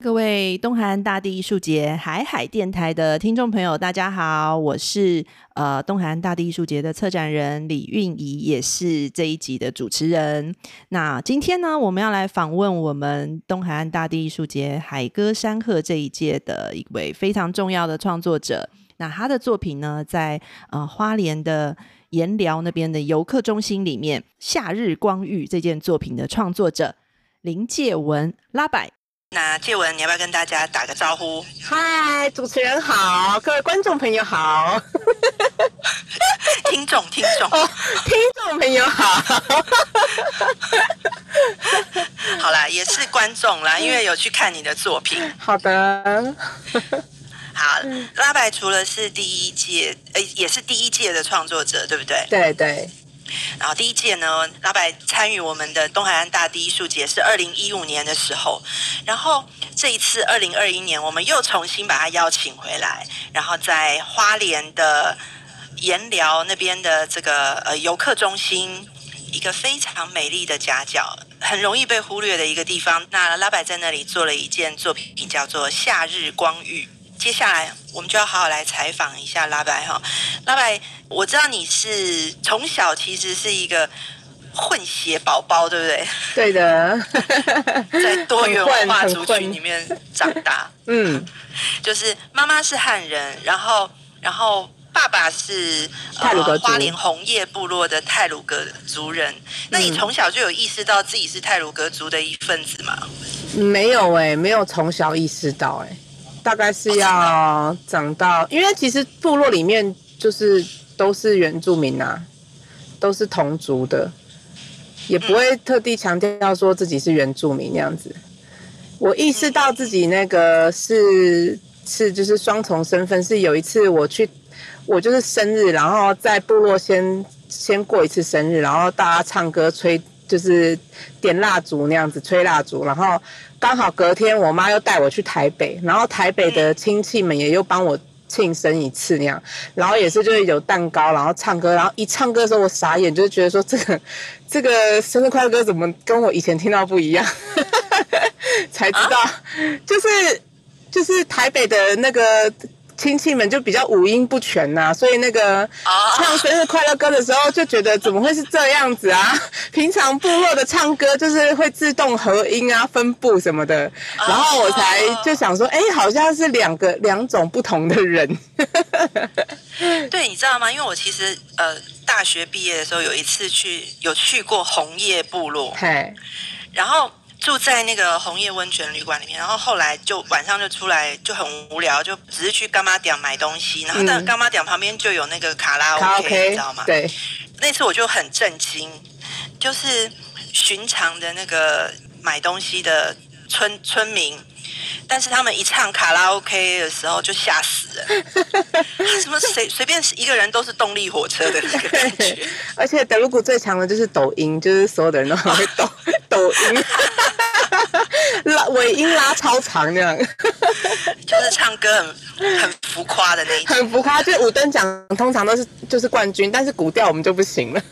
各位东海岸大地艺术节海海电台的听众朋友大家好，我是东海岸大地艺术节的策展人李韵仪，也是这一集的主持人。那今天呢，我们要来访问我们东海岸大地艺术节海歌山鹤这一届的一位非常重要的创作者。那他的作品呢，在花莲的盐寮那边的游客中心里面，夏日光浴这件作品的创作者林介文拉柏。那介文，你要不要跟大家打个招呼？ 嗨，主持人好，各位观众朋友好。 听众听众朋友好。 好啦，也是观众啦，因为有去看你的作品。 好的。 好，拉柏除了是第一届，也是第一届的创作者，对不对？ 对对。 然后第一届呢，拉柏参与我们的东海岸大地艺术节是2015年的时候，然后这一次2021年我们又重新把他邀请回来，然后在花莲的盐寮那边的这个游客中心，一个非常美丽的夹角，很容易被忽略的一个地方。那拉柏在那里做了一件作品叫做夏日光浴。接下来我们就要好好来采访一下拉柏哈。拉柏，我知道你是从小其实是一个混血宝宝，对不对？ 对的。 在多元文化族群里面长大。就是妈妈是汉人，然后爸爸是太鲁阁族， 花莲红叶部落的太鲁阁族人。那你从小就有意识到自己是太鲁阁族的一份子吗？ 没有没有从小意识到大概是要长到，因为其实部落里面就是都是原住民啊，都是同族的，也不会特地强调说自己是原住民那样子。我意识到自己那个是就是双重身份，是有一次我就是生日，然后在部落先过一次生日，然后大家唱歌就是点蜡烛那样子吹蜡烛，然后刚好隔天我妈又带我去台北，然后台北的亲戚们也又帮我庆生一次那样，然后也是就是有蛋糕，然后唱歌，然后一唱歌的时候我傻眼，就是觉得说这个生日快乐歌怎么跟我以前听到不一样。才知道就是台北的那个亲戚们就比较五音不全呐，所以那个唱生日快乐歌的时候就觉得怎么会是这样子啊？平常部落的唱歌就是会自动合音啊、分部什么的，然后我才就想说，好像是两种不同的人。 对，你知道吗？因为我其实大学毕业的时候有一次有去过红叶部落，然后住在那个红叶温泉旅馆里面，然后后来就晚上就出来就很无聊，就只是去干妈店买东西，然后在干妈店旁边就有那个卡拉 OK， 你知道吗？ 对， 那次我就很震惊，就是寻常的那个买东西的村民，但是他们一唱卡拉 OK 的时候就吓死人。什么随便一个人都是动力火车的那个感觉。 而且德鲁古最强的就是抖音，就是所有的人都很会抖音。尾音拉超长那样。 就是唱歌很浮夸的那一种。 很浮夸，就是五等奖通常都是就是冠军，但是古调我们就不行了。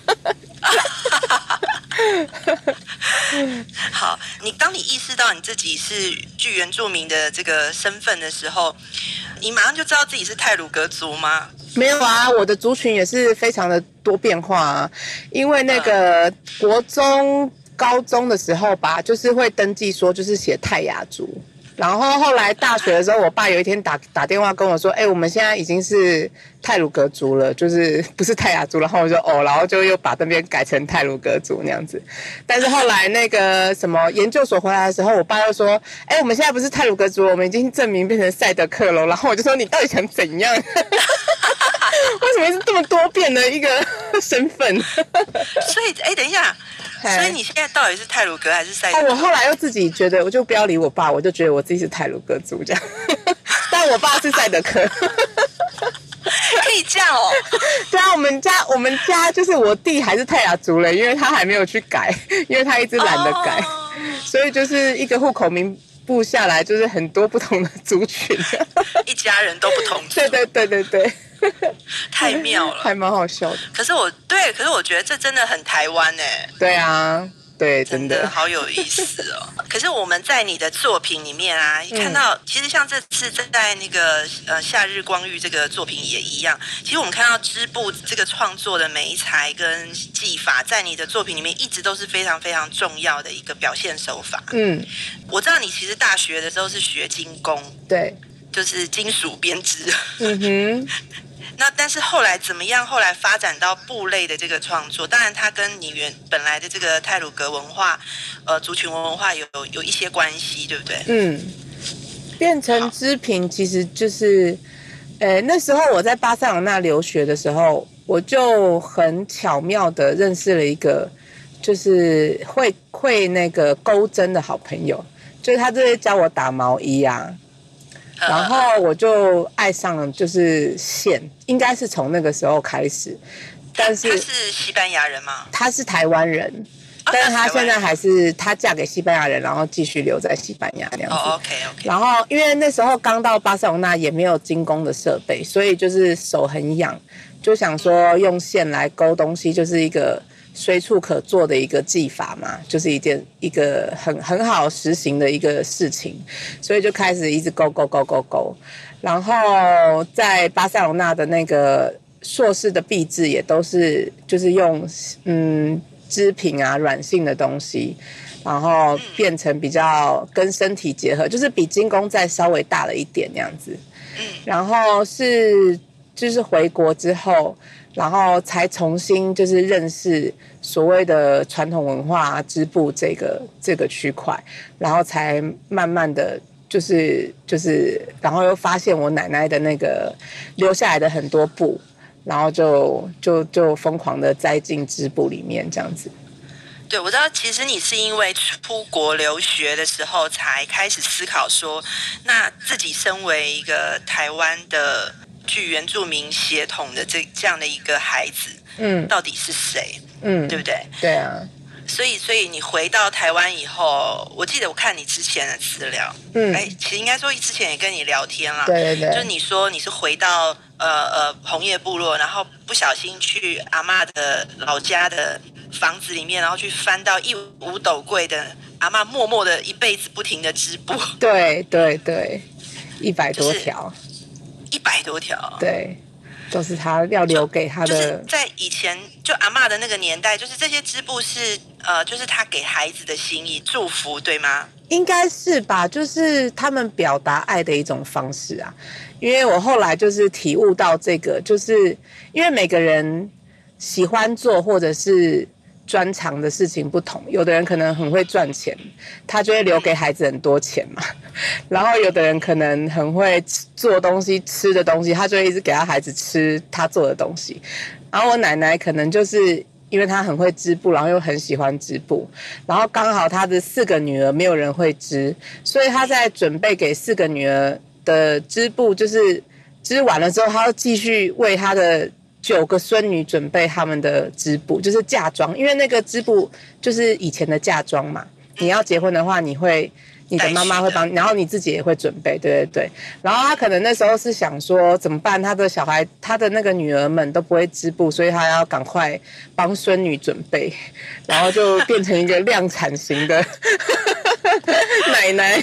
好，当你意识到你自己是具原住民的这个身份的时候，你马上就知道自己是太鲁阁族吗？ 没有啊，我的族群也是非常的多变化啊，因为那个国中、高中的时候吧，就是会登记说就是写泰雅族。然后后来大学的时候，我爸有一天打电话跟我说，我们现在已经是太鲁阁族了，就是不是泰雅族。然后我就然后就又把那边改成太鲁阁族那样子。但是后来那个什么研究所回来的时候，我爸又说，我们现在不是太鲁阁族，我们已经证明变成赛德克了。然后我就说，你到底想怎样？为什么是这么多变的一个身份？ 所以，等一下。所以你现在到底是太鲁阁还是赛德克？ 我后来又自己觉得，我就不要理我爸，我就觉得我自己是太鲁阁族这样。但我爸是赛德克。 可以这样哦？ 对啊，我们家就是我弟还是泰雅族人，因为他还没有去改，因为他一直懒得改，所以就是一个户口名簿下来，就是很多不同的族群。 一家人都不同族。 对。 太妙了， 还蛮好笑的。 可是我觉得这真的很台湾。 对啊， 对， 真真的。 的好有意思哦。可是我们在你的作品里面啊，看到其实像这次在那个夏日光浴这个作品也一样，其实我们看到织布这个创作的媒材跟技法，在你的作品里面一直都是非常非常重要的一个表现手法。我知道你其实大学的时候是学精工， 对， 就是金属编织。那但是后来怎么样？后来发展到布类的这个创作，当然它跟你本来的这个太鲁阁文化，族群文化有一些关系，对不对？ 变成织品其实就是，那时候我在巴塞罗那留学的时候，我就很巧妙的认识了一个，就是会那个钩针的好朋友，就是他就会教我打毛衣啊。然后我就爱上了就是线，应该是从那个时候开始。但是他是西班牙人吗？ 他是台湾人，但是他现在还是他嫁给西班牙人，然后继续留在西班牙那样子。 OK。 然后因为那时候刚到巴塞罗那，也没有精工的设备，所以就是手很痒，就想说用线来勾东西，就是一个随处可做的一个技法嘛，就是一个很好实行的一个事情，所以就开始一直勾。然后在巴塞罗那的那个硕士的毕制也都是就是用织品啊软性的东西，然后变成比较跟身体结合，就是比精工再稍微大了一点那样子。然后就是回国之后，然后才重新就是认识所谓的传统文化织布这个区块，然后才慢慢的就是然后又发现我奶奶的那个留下来的很多布，然后就疯狂的栽进织布里面这样子。 对，我知道，其实你是因为出国留学的时候才开始思考说，那自己身为一个台湾的具原住民血统的这样的一个孩子，到底是谁？对不对？ 对啊。 所以你回到台湾以后，我记得我看你之前的资料，其实应该说之前也跟你聊天了， 对， 就是你说你是回到红叶部落，然后不小心去阿嬷的老家的房子里面，然后去翻到一五斗柜的阿嬷默默的一辈子不停的织布， 对，100多条 ，100多条， 对。都是他要留给他的， 就是在以前就阿嬷的那个年代，就是这些织布是就是他给孩子的心意祝福，对吗？ 应该是吧，就是他们表达爱的一种方式啊。因为我后来就是体悟到这个，就是因为每个人喜欢做或者是专长的事情不同，有的人可能很会赚钱，他就会留给孩子很多钱嘛。然后有的人可能很会做东西，吃的东西，他就会一直给他孩子吃他做的东西。然后我奶奶可能就是因为她很会织布，然后又很喜欢织布，然后刚好她的4个女儿没有人会织，所以她在准备给4个女儿的织布，就是织完了之后，她要继续为她的9个孙女准备他们的织布，就是嫁妆，因为那个织布就是以前的嫁妆嘛，你要结婚的话，你的妈妈会帮，然后你自己也会准备，对。然后他可能那时候是想说怎么办，他的小孩，他的那个女儿们都不会织布，所以他要赶快帮孙女准备，然后就变成一个量产型的奶奶。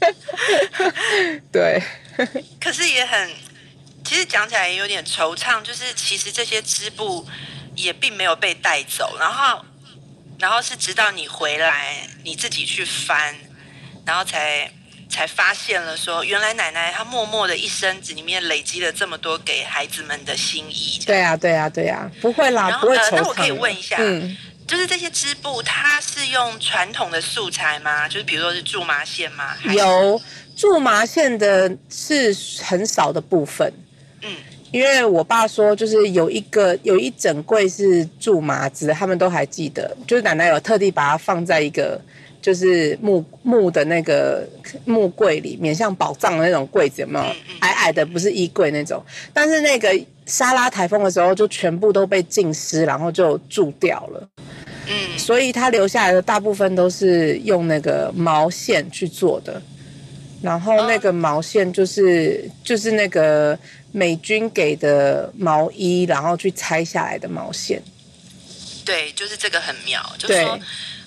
对。 可是也很，其实讲起来也有点惆怅，就是其实这些织布也并没有被带走，然后是直到你回来，你自己去翻。然后才发现了说，原来奶奶她默默的一生里面累积了这么多给孩子们的心意。 对啊，不会啦，不会惆怅。 那我可以问一下，就是这些织布，它是用传统的素材吗？就是比如说是苎麻线吗？ 有苎麻线的是很少的部分。因为我爸说，就是有一整柜是苎麻织，他们都还记得，就是奶奶有特地把它放在一个。就是木的那个木柜里面，像宝藏的那种柜子，有没有？矮矮的，不是衣柜那种。但是那个沙拉台风的时候，就全部都被浸湿，然后就蛀掉了。所以它留下来的大部分都是用那个毛线去做的。然后那个毛线就是那个美军给的毛衣，然后去拆下来的毛线。 对，就是这个很妙，就是说。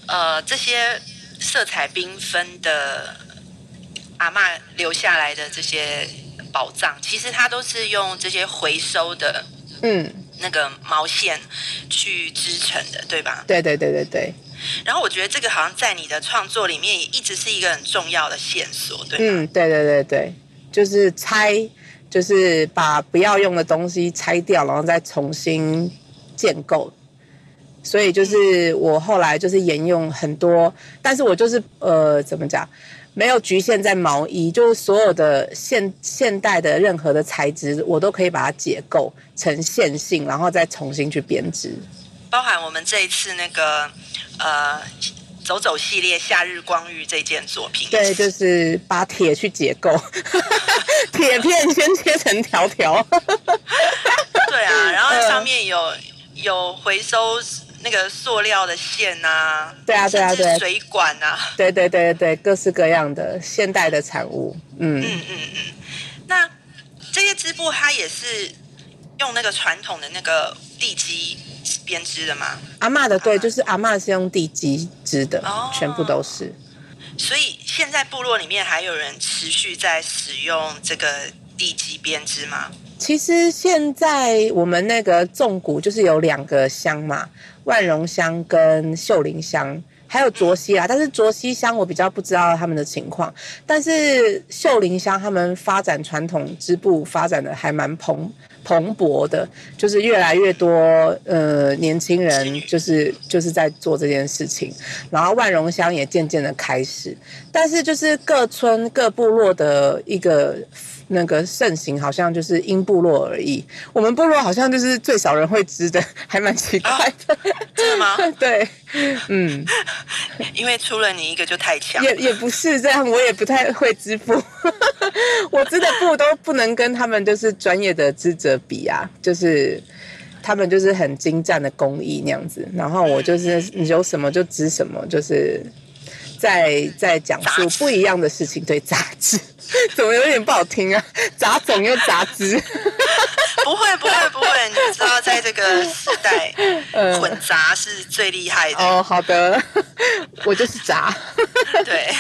这些色彩缤纷的阿嬷留下来的这些宝藏，其实它都是用这些回收的那个毛线去织成的，对吧？ 对对对对对。 然后我觉得这个好像在你的创作里面也一直是一个很重要的线索，对吗？ 对对对对，就是就是把不要用的东西拆掉，然后再重新建构。所以就是我后来就是沿用很多，但是我就是怎么讲，没有局限在毛衣，就是所有的现代的任何的材质，我都可以把它解构成线性，然后再重新去编织。 包含我们这一次那个走走系列夏日光浴这件作品， 对，就是把铁去解构，铁片先切成条条。 对啊，然后上面有回收那个塑料的线啊， 对啊对啊对， 水管啊， 对对对对，各式各样的现代的产物。 那这些织布它也是用那个传统的那个地基编织的吗？ 阿嬷的对，就是阿嬷是用地基织的，全部都是。 所以现在部落里面还有人持续在使用这个地基编织吗？ 其实现在我们那个纵谷就是有2个乡嘛，万荣乡跟秀林乡，还有卓溪啦。但是卓溪乡我比较不知道他们的情况，但是秀林乡他们发展传统织布发展的还蛮蓬勃的，就是越来越多年轻人就是在做这件事情，然后万荣乡也渐渐的开始，但是就是各村各部落的一个那个盛行好像就是因部落而异，我们部落好像就是最少人会织的，还蛮奇怪的。 真的吗？ 对， 因为出了你一个就太强， 也不是这样，我也不太会织布，我织的布都不能跟他们就是专业的织者比啊，就是他们就是很精湛的工艺那样子，然后我就是有什么就织什么，就是在讲述不一样的事情。对，杂志怎么有点不好听啊？杂种又杂织。 不会，你知道在这个时代，混杂是最厉害的。 哦，好的，我就是杂。 对，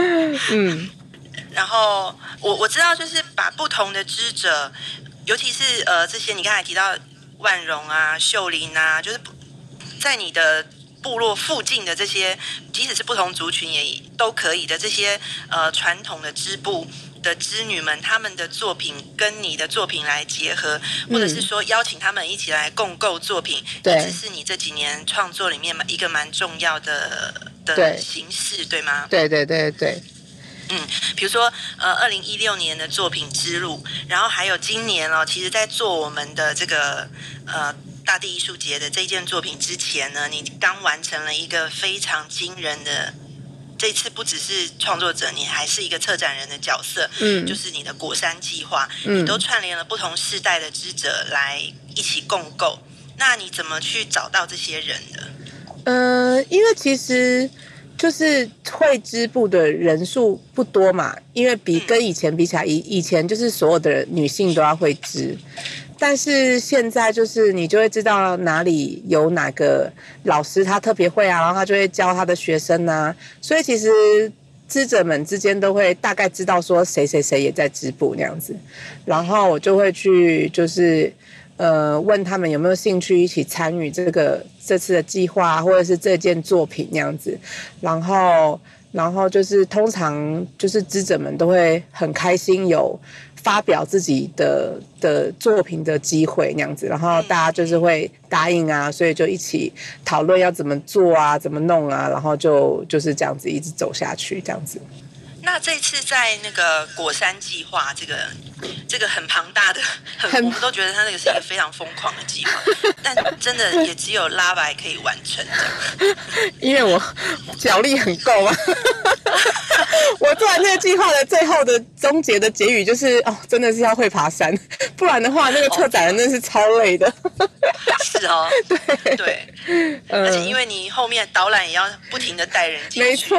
然后我知道，就是把不同的织者，尤其是这些你刚才提到万荣啊、秀林啊，就是在你的部落附近的这些，即使是不同族群也都可以的这些传统的织布的织女们，他们的作品跟你的作品来结合，或者是说邀请他们一起来共构作品，一直是你这几年创作里面一个蛮重要的形式，对吗？ 对对对对。 比如说2016年的作品之路，然后还有今年其实在做我们的这个大地艺术节的这件作品之前呢，你刚完成了一个非常惊人的。这次不只是创作者，你还是一个策展人的角色，就是你的果山计划，你都串联了不同世代的织者来一起共构。那你怎么去找到这些人的？ 因为其实就是会织布的人数不多嘛，因为跟以前比起来，以前就是所有的女性都要会织。但是现在就是你就会知道哪里有哪个老师他特别会啊，然后他就会教他的学生啊，所以其实织者们之间都会大概知道说谁谁谁也在织布那样子，然后我就会去就是问他们有没有兴趣一起参与这次的计划或者是这件作品那样子，然后就是通常就是织者们都会很开心有发表自己的作品的机会那样子，然后大家就是会答应啊，所以就一起讨论要怎么做啊，怎么弄啊，然后就是这样子一直走下去这样子。 那这次在那个果山计划这个很庞大的，我们都觉得它那个是一个非常疯狂的计划，但真的也只有拉白可以完成这样。 因为我脚力很够啊。我做完这个计划的最后的终结的结语就是真的是要会爬山，不然的话那个策展人真的是超累的。 是哦，对，而且因为你后面导览也要不停的带人进去。 没错。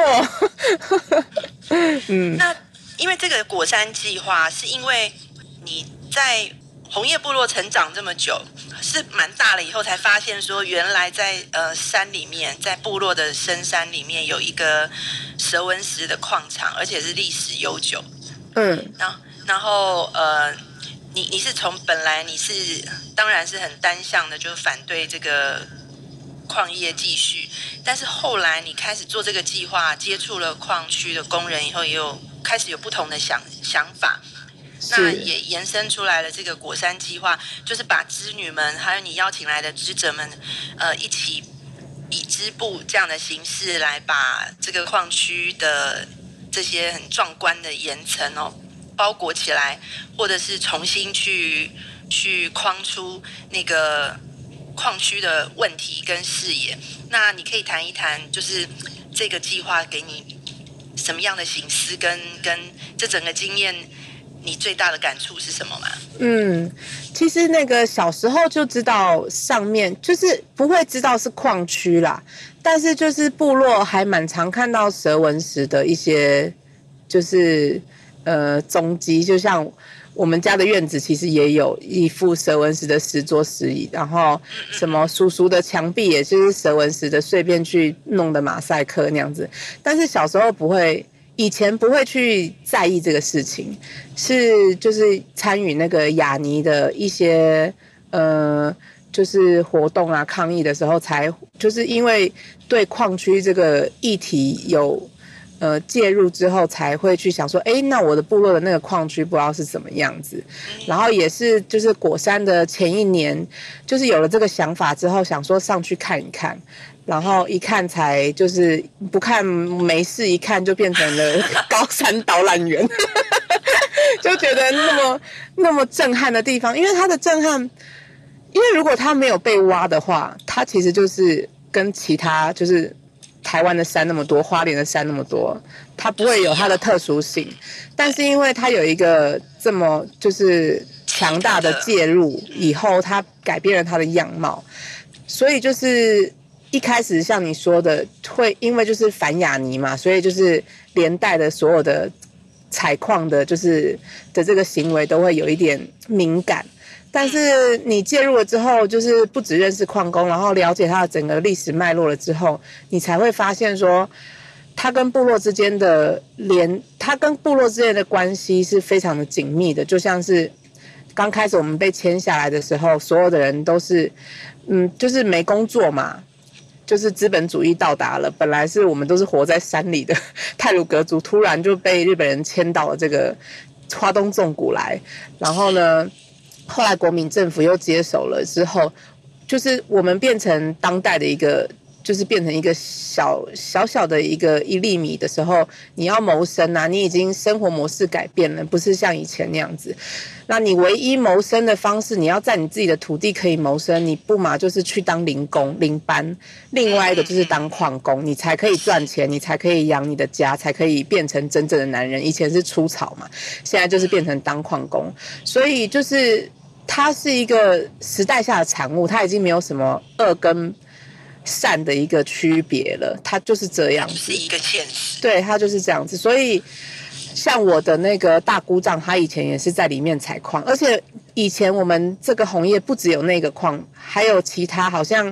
那因为这个果山计划是因为你在红叶部落成长这么久，是蛮大了以后才发现说，原来在山里面，在部落的深山里面有一个蛇纹石的矿场，而且是历史悠久。然后你是从本来你是当然是很单向的，就是反对这个矿业继续，但是后来你开始做这个计划，接触了矿区的工人以后，也有开始有不同的想法。那也延伸出来了这个果山计划，就是把织女们还有你邀请来的织者们，一起以织布这样的形式来把这个矿区的这些很壮观的岩层包裹起来，或者是重新去框出那个矿区的问题跟视野。那你可以谈一谈，就是这个计划给你什么样的省思，跟这整个经验。你最大的感触是什么吗？ 其实那个小时候就知道上面就是不会知道是矿区啦，但是就是部落还蛮常看到蛇纹石的一些就是踪迹，就像我们家的院子其实也有一副蛇纹石的石桌石椅，然后什么叔叔的墙壁也就是蛇纹石的碎片去弄的马赛克那样子，但是小时候不会。以前不会去在意这个事情，是就是参与那个雅尼的一些就是活动啊抗议的时候才就是因为对矿区这个议题有介入之后才会去想说，那我的部落的那个矿区不知道是怎么样子，然后也是就是果山的前一年，就是有了这个想法之后，想说上去看一看。然后一看才就是不看没事，一看就变成了高山导览员，就觉得那么震撼的地方，因为它的震撼，因为如果它没有被挖的话，它其实就是跟其他就是台湾的山那么多，花莲的山那么多，它不会有它的特殊性，但是因为它有一个这么就是强大的介入以后，它改变了它的样貌，所以就是。一开始像你说的，会因为就是反雅尼嘛，所以就是连带的所有的采矿的，就是的这个行为都会有一点敏感。但是你介入了之后，就是不只认识矿工，然后了解他的整个历史脉络了之后，你才会发现说，他跟部落之间的关系是非常的紧密的，就像是刚开始我们被签下来的时候，所有的人都是，就是没工作嘛。就是资本主义到达了，本来是我们都是活在山里的太鲁阁族，突然就被日本人迁到了这个花东纵谷来，然后呢，后来国民政府又接手了之后，就是我们变成当代的一个，就是变成一个小的一粒米的时候，你要谋生啊，你已经生活模式改变了，不是像以前那样子。那你唯一谋生的方式，你要在你自己的土地可以谋生，你不嘛就是去当零工、零班，另外一个就是当矿工，你才可以赚钱，你才可以养你的家，才可以变成真正的男人。以前是出草嘛，现在就是变成当矿工，所以就是它是一个时代下的产物，它已经没有什么恶跟善的一个区别了，它就是这样子， 是一个现实。 对，它就是这样子，所以。像我的那个大姑丈，他以前也是在里面采矿，而且以前我们这个红叶不只有那个矿，还有其他好像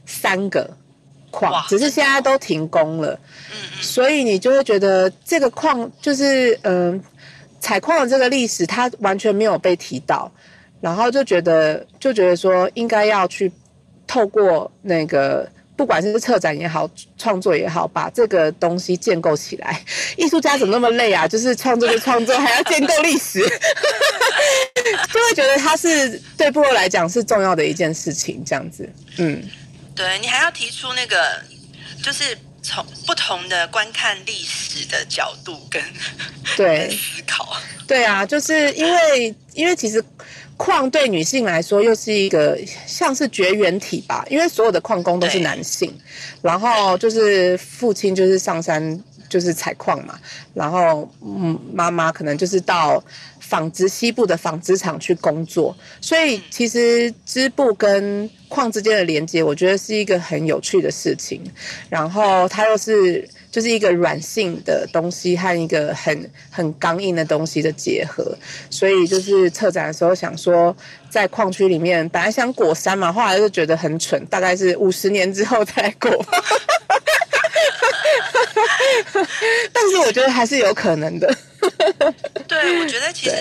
3个矿，只是现在都停工了。所以你就会觉得这个矿就是采矿的这个历史，它完全没有被提到，然后就觉得说应该要去透过那个。不管是策展也好，创作也好，把这个东西建构起来。艺术家怎么那么累啊？就是创作就创作，还要建构历史，就会觉得它是对部落来讲是重要的一件事情，这样子。 对，你还要提出那个，就是从不同的观看历史的角度跟思考。对啊，就是因为其实。矿对女性来说又是一个像是绝缘体吧，因为所有的矿工都是男性，然后就是父亲就是上山就是采矿嘛，然后妈妈可能就是到西部的纺织厂去工作，所以其实织布跟矿之间的连接，我觉得是一个很有趣的事情。然后它又是就是一个软性的东西和一个很刚硬的东西的结合。所以就是策展的时候想说，在矿区里面，本来想果山嘛，后来就觉得很蠢，大概是50年之后再来果。但是我觉得还是有可能的。 对，我觉得其实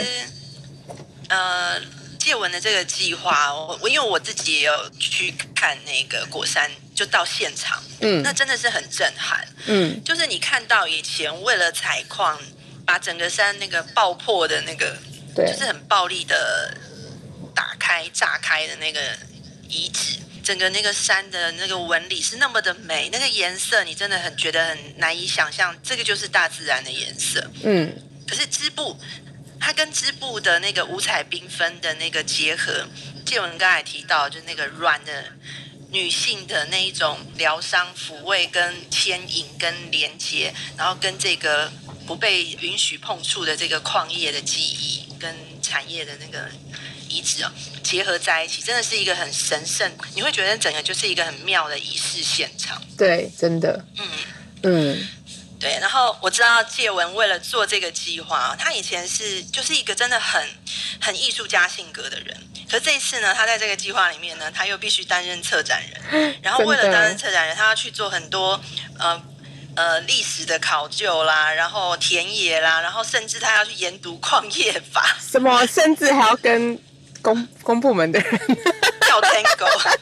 介文的这个计划，因为我自己也有去看那个果山，就到现场，那真的是很震撼，就是你看到以前为了采矿，把整个山那个爆破的那个，就是很暴力的打开、炸开的那个遗址，整个那个山的那个纹理是那么的美，那个颜色你真的很觉得很难以想象，这个就是大自然的颜色，可是织布。它跟织布的那个五彩缤纷的那个结合，介文刚才提到，就那个软的女性的那一种疗伤、抚慰、跟牵引、跟连接，然后跟这个不被允许碰触的这个矿业的记忆跟产业的那个遗址结合在一起，真的是一个很神圣，你会觉得整个就是一个很妙的仪式现场。 对，真的， 对，然后我知道介文为了做这个计划，他以前就是一个真的很艺术家性格的人，可是这一次呢，他在这个计划里面呢，他又必须担任策展人，然后为了担任策展人，他要去做很多历史的考究啦，然后田野啦，然后甚至他要去研读矿业法， 什么甚至还要跟公部门的人跳 tango，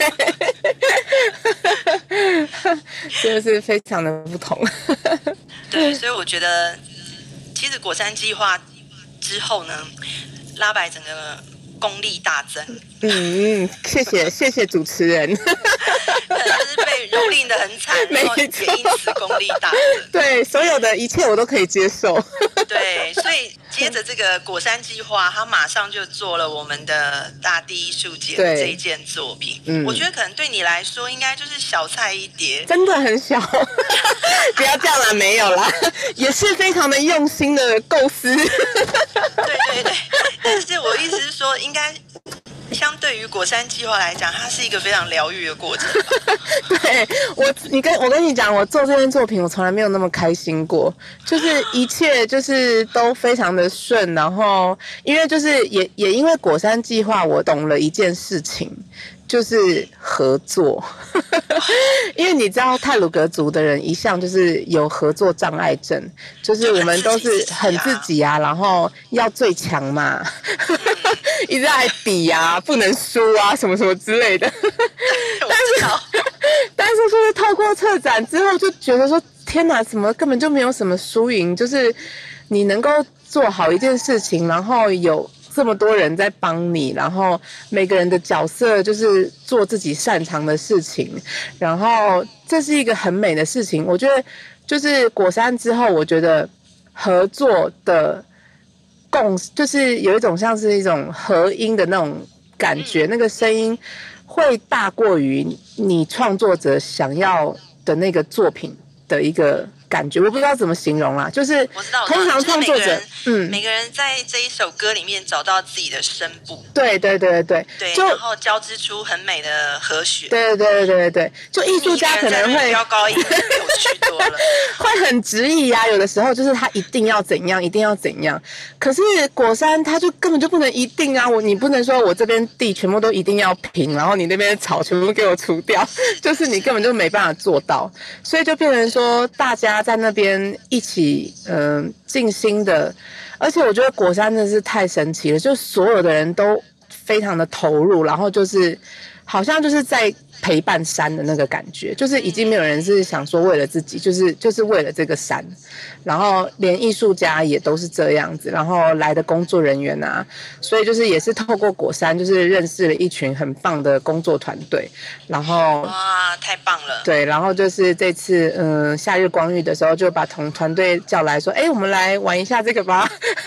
真的是非常的不同。 对，所以我觉得，其实果山计划之后呢，拉白整个功力大增。 谢谢主持人。 可能就是被蹂躏的很惨，然后也因此功力大增。 对，所有的一切我都可以接受。 对，所以接着这个果山计划，他马上就做了我们的大地艺术节的这一件作品。我觉得可能对你来说，应该就是小菜一碟， 真的很小。不要这样啦，没有啦，也是非常的用心的构思。 对，但是我意思是说，应该。相对于果山计划来讲，它是一个非常疗愈的过程。 对，我跟你讲，我做这件作品，我从来没有那么开心过，就是一切就是都非常的顺，然后因为就是也因为果山计划，我懂了一件事情。就是合作。因为你知道太鲁阁族的人一向就是有合作障碍症，就是我们都是很自己啊，然后要最强嘛，一直在比啊，不能输啊，什么什么之类的。但是就是透过策展之后，就觉得说天哪，什么根本就没有什么输赢，就是你能够做好一件事情，然后有这么多人在帮你，然后每个人的角色就是做自己擅长的事情，然后这是一个很美的事情。我觉得就是果山之后，我觉得合作的就是有一种像是一种合音的那种感觉，那个声音会大过于你创作者想要的那个作品的一个感觉，我不知道怎么形容啦，就是通常创作者， 每个人在这一首歌里面找到自己的声部， 对， 然后交织出很美的和弦， 对，就艺术家可能会飙高音，有趣多了， 会很执意啊，有的时候就是他一定要怎样，一定要怎样，可是果山他就根本就不能一定啊，你不能说我这边地全部都一定要平，然后你那边的草全部给我除掉，就是你根本就没办法做到，所以就变成说大家在那边一起静心的，而且我觉得果山真的是太神奇了，就所有的人都非常的投入，然后就是好像就是在陪伴山的那个感觉，就是已经没有人是想说为了自己，就是为了这个山，然后连艺术家也都是这样子，然后来的工作人员啊，所以就是也是透过果山就是认识了一群很棒的工作团队，然后哇，太棒了， 对，然后就是这次夏日光浴的时候就把团队叫来说，我们来玩一下这个吧。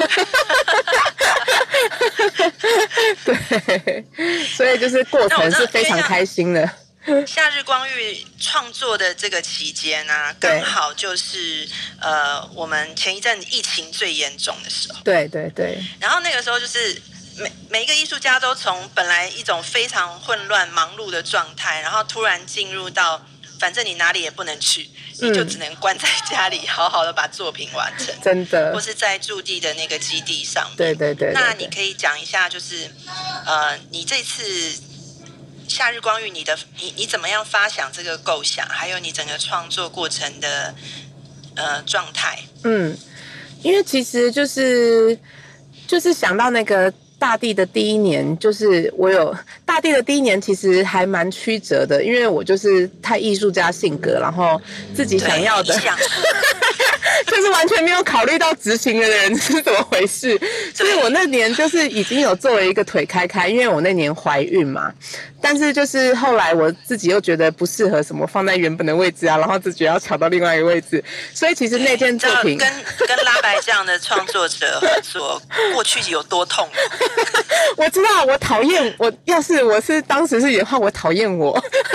对，所以就是过程是非常开心的。 夏日光浴创作的这个期间啊，刚好就是我们前一阵疫情最严重的时候。 对。 然后那个时候就是每一个艺术家都从本来一种非常混乱忙碌的状态，然后突然进入到反正你哪里也不能去，你就只能关在家里，好好的把作品完成， 真的， 或是在驻地的那个基地上面。 对对对对对。 那你可以讲一下，就是你这次夏日光浴，你怎么样发想这个构想，还有你整个创作过程的状态？ 因为其实就是想到那个大地的第一年，就是我有大地的第一年，其实还蛮曲折的，因为我就是太艺术家性格，然后自己想要的，就是完全没有考虑到执行的人是怎么回事，所以我那年就是已经有作为一个腿开开，因为我那年怀孕嘛，但是就是后来我自己又觉得不适合什么放在原本的位置啊，然后自己要调到另外一个位置，所以其实那件作品跟拉白这样的创作者合作，过去有多痛苦。 我知道，我讨厌我，要是我是当时是你的话，我讨厌我，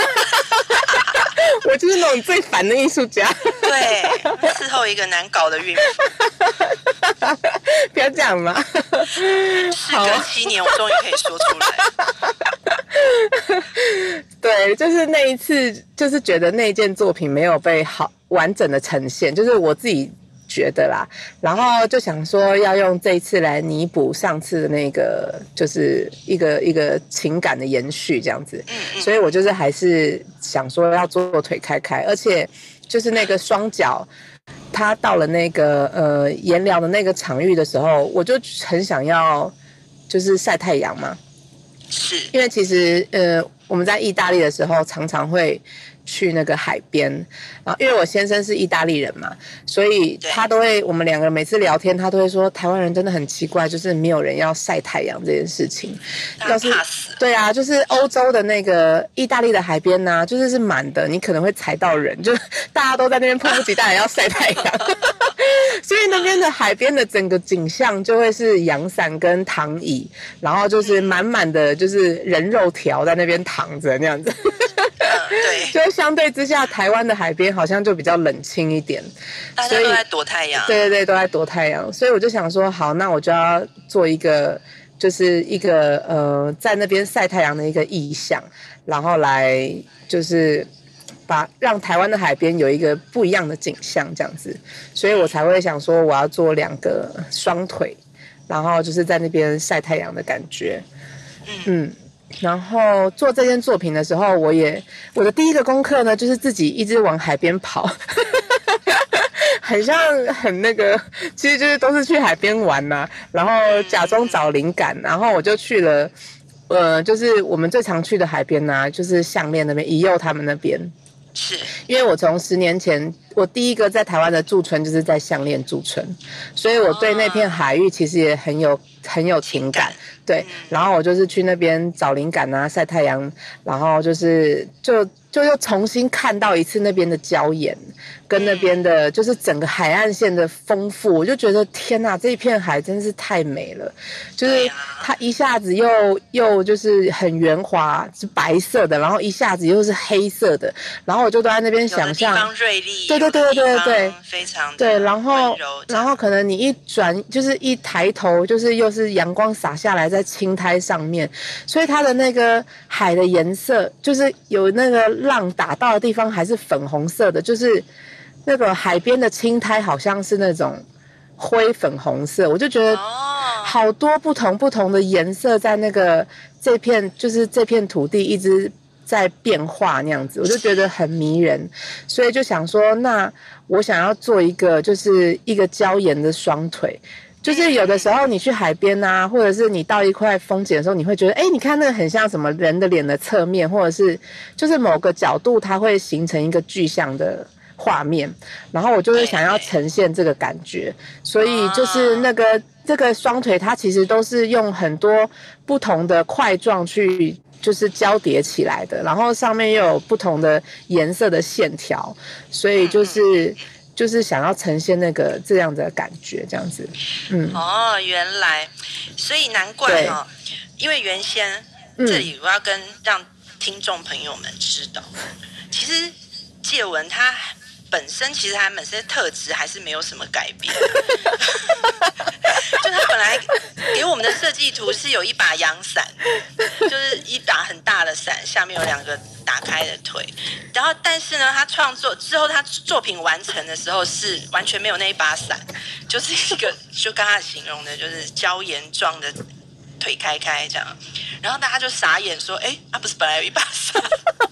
我就是那种最烦的艺术家。 对，伺候一个难搞的孕妇。 不要这样嘛。 事隔7年，我终于可以说出来。 对，就是那一次，就是觉得那件作品没有被好完整的呈现，就是我自己觉得啦，然后就想说要用这一次来弥补上次的那个，就是一个情感的延续这样子。所以我就是还是想说要做腿开开，而且就是那个双脚，他到了那个颜料的那个场域的时候，我就很想要就是晒太阳嘛。 是因为其实我们在意大利的时候常常会去那个海边，然后因为我先生是意大利人嘛，所以他都会，我们两个人每次聊天，他都会说台湾人真的很奇怪，就是没有人要晒太阳这件事情。 要是怕死。 对啊，就是欧洲的那个意大利的海边啊，就是满的，你可能会踩到人，就大家都在那边迫不及待要晒太阳。所以那边的海边的整个景象就会是阳伞跟躺椅，然后就是满满的就是人肉条在那边躺着那样子。 对， 就相对之下，台湾的海边好像就比较冷清一点， 大家都在躲太阳。 对对对，都在躲太阳。所以我就想说，好，那我就要做一个，就是一个在那边晒太阳的一个意象，然后来就是让台湾的海边有一个不一样的景象，这样子。所以我才会想说，我要做2个双腿，然后就是在那边晒太阳的感觉。然后做这件作品的时候，我的第一个功课呢，就是自己一直往海边跑，很像很那个，其实就是都是去海边玩呐，然后假装找灵感，然后我就去了，就是我们最常去的海边呐，就是项链那边，宜幼他们那边。 是因为我从10年前，我第一个在台湾的驻村就是在项链驻村，所以我对那片海域其实也很有情感。对，然后我就是去那边找灵感啊，晒太阳，然后就又重新看到一次那边的礁岩，跟那边的就是整个海岸线的丰富，我就觉得天哪，这一片海真是太美了，就是它一下子又就是很圆滑，是白色的，然后一下子又是黑色的，然后我就都在那边想象， 有的地方锐利， 对对对对对， 非常对，然后可能你一转就是一抬头，就是又是阳光洒下来在青苔上面，所以它的那个海的颜色就是有那个浪打到的地方还是粉红色的，就是那个海边的青苔好像是那种灰粉红色，我就觉得好多不同的颜色在那个这片土地一直在变化那样子，我就觉得很迷人，所以就想说，那我想要做一个就是一个礁岩的双腿。就是有的时候你去海边啊，或者是你到一块风景的时候，你会觉得，你看那个很像什么人的脸的侧面，或者是就是某个角度它会形成一个具象的画面，然后我就是想要呈现这个感觉，所以就是这个双腿它其实都是用很多不同的块状去就是交叠起来的，然后上面又有不同的颜色的线条，所以就是想要呈现那个这样的感觉，这样子。 原来，所以难怪因为原先这里我要让听众朋友们知道，其实介文他本身的特质还是没有什么改变，就他本来给我们的设计图是有一把阳伞，就是一把很大的伞，下面有2个打开的腿， 然后，但是呢，他创作之后，他作品完成的时候是完全没有那一把伞，就是一个就刚才形容的，就是椒盐状的腿开开这样。然后大家就傻眼说：“哎，他不是本来有一把伞？”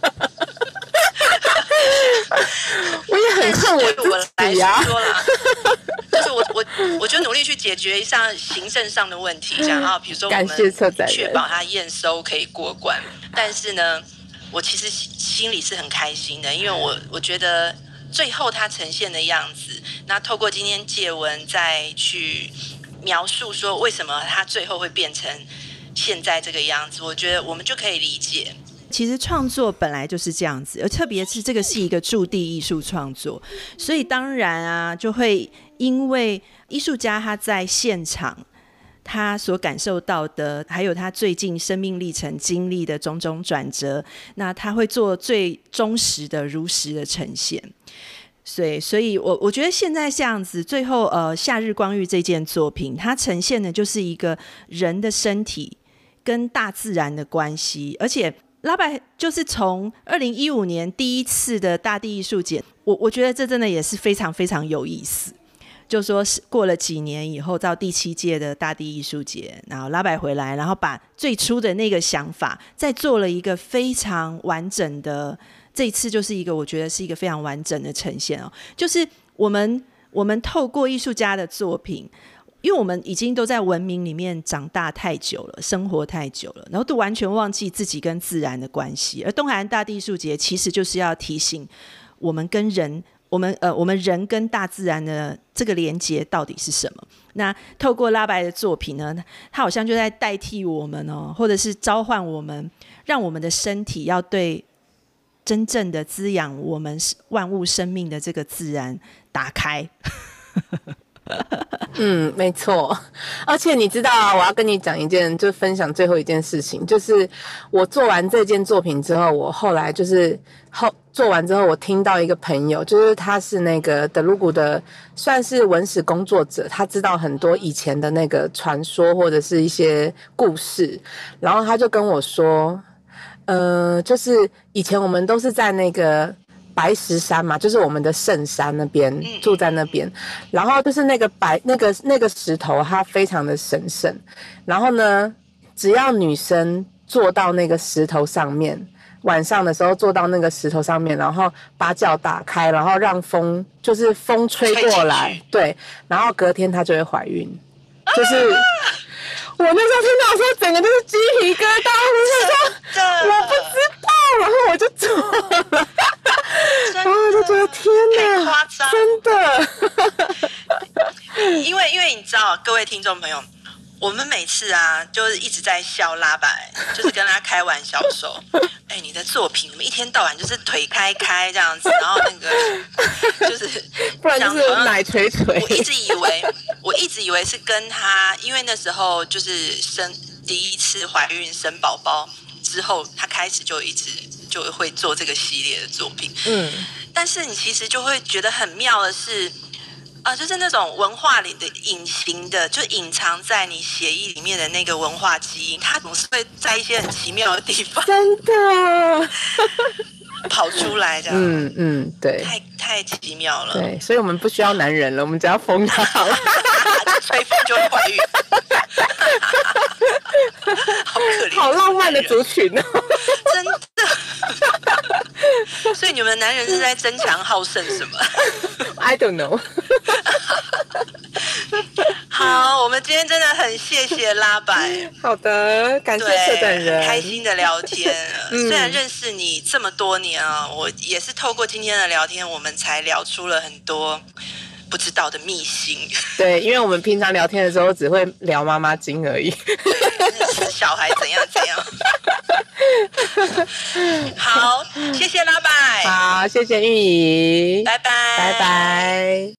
我也很恨我自己啊。 就是我就努力去解决上行政上的问题，这样啊，比如说我们确保他验收可以过关。但是呢，我其实心里是很开心的，因为我觉得最后他呈现的样子，那透过今天介文再去描述说为什么他最后会变成现在这个样子，我觉得我们就可以理解。 其实创作本来就是这样子，而特别是这个是一个驻地艺术创作，所以当然啊，就会因为艺术家他在现场他所感受到的，还有他最近生命历程经历的种种转折，那他会做最忠实的如实的呈现。所以我觉得现在这样子，最后夏日光浴这件作品，它呈现的就是一个人的身体跟大自然的关系，而且拉白就是从2015年第一次的大地艺术节，我觉得这真的也是非常非常有意思。就说过了几年以后，到第7届的大地艺术节，然后拉白回来，然后把最初的那个想法再做了一个非常完整的，这一次就是一个我觉得是一个非常完整的呈现哦。就是我们透过艺术家的作品，因为我们已经都在文明里面长大太久了，生活太久了，然后都完全忘记自己跟自然的关系。而东海岸大地艺术节其实就是要提醒我们跟人，我们人跟大自然的这个连结到底是什么。那透过拉白的作品呢，他好像就在代替我们哦，或者是召唤我们，让我们的身体要对真正的滋养我们万物生命的这个自然打开。 没错。而且你知道啊，我要跟你讲一件，就分享最后一件事情，就是我做完这件作品之后，我后来就是做完之后，我听到一个朋友，就是他是那个德鲁古的，算是文史工作者，他知道很多以前的那个传说或者是一些故事，然后他就跟我说，就是以前我们都是在那个白石山嘛，就是我们的圣山那边，住在那边，然后就是那个石头它非常的神圣，然后呢，只要女生坐到那个石头上面，晚上的时候坐到那个石头上面，然后把脚打开，然后让风吹过来，对，然后隔天她就会怀孕，就是我那时候听到的时候，整个就是鸡皮疙瘩，我就说我不知道，然后我就做了。然后我就觉得天哪，真的。 因为你知道，各位听众朋友，我们每次啊，就是一直在笑拉白，就是跟他开玩笑说：“哎，你的作品怎么一天到晚就是腿开开这样子，然后那个就是不然就是奶垂垂。” 我一直以为是跟他，因为那时候就是第一次怀孕生宝宝之后，他开始就一直就会做这个系列的作品。但是你其实就会觉得很妙的是，就是那种文化里的隐形的，就隐藏在你血液里面的那个文化基因，它总是会在一些很奇妙的地方， 真的跑出来这样。 对， 太奇妙了。 对，所以我们不需要男人了，我们只要风它好了， 吹风就会怀孕。好可怜， 好浪漫的族群哦， 真的。所以你们男人是在争强好胜什么 ？I don't know 。 好，我们今天真的很谢谢拉白。 好的，感谢策展人， 开心的聊天。虽然认识你这么多年啊，我也是透过今天的聊天，我们才聊出了很多不知道的秘辛。对， 因为我们平常聊天的时候只会聊妈妈经而已。 对，小孩怎样怎样。好，谢谢拉白。 好，谢谢玉怡， 拜拜， 拜拜。